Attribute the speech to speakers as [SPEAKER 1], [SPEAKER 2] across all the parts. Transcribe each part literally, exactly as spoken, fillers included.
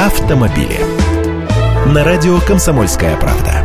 [SPEAKER 1] автомобили. На радио «Комсомольская правда».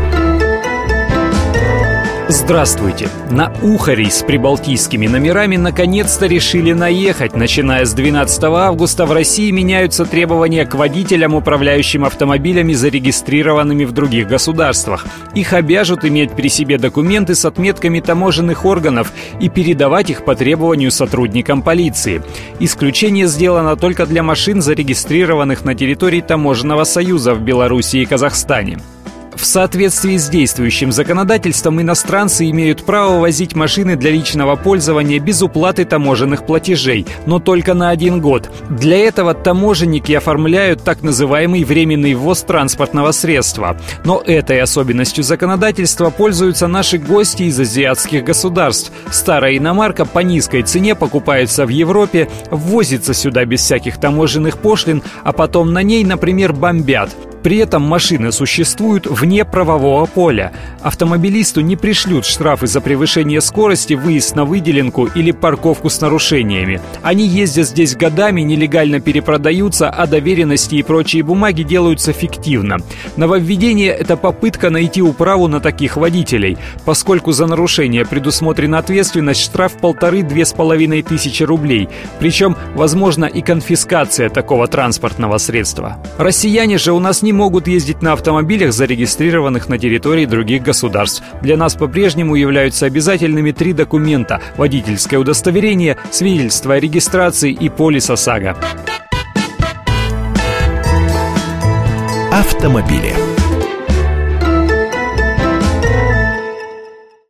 [SPEAKER 2] Здравствуйте! На Ухари с прибалтийскими номерами наконец-то решили наехать. Начиная с двенадцатого августа в России меняются требования к водителям, управляющим автомобилями, зарегистрированными в других государствах. Их обяжут иметь при себе документы с отметками таможенных органов и передавать их по требованию сотрудникам полиции. Исключение сделано только для машин, зарегистрированных на территории Таможенного союза в Беларуси и Казахстане. В соответствии с действующим законодательством иностранцы имеют право возить машины для личного пользования без уплаты таможенных платежей, но только на один год. Для этого таможенники оформляют так называемый временный ввоз транспортного средства. Но этой особенностью законодательства пользуются наши гости из азиатских государств. Старая иномарка по низкой цене покупается в Европе, ввозится сюда без всяких таможенных пошлин, а потом на ней, например, бомбят. При этом машины существуют вне правового поля. Автомобилисту не пришлют штрафы за превышение скорости, выезд на выделенку или парковку с нарушениями. Они ездят здесь годами, нелегально перепродаются, а доверенности и прочие бумаги делаются фиктивно. Нововведение – это попытка найти управу на таких водителей. Поскольку за нарушение предусмотрена ответственность, штраф полторы-две с половиной тысячи рублей. Причем возможна и конфискация такого транспортного средства. Россияне же у нас не могут ездить на автомобилях, зарегистрированных на территории других государств. Для нас по-прежнему являются обязательными три документа: водительское удостоверение, свидетельство о регистрации и полис ОСАГО.
[SPEAKER 1] Автомобили.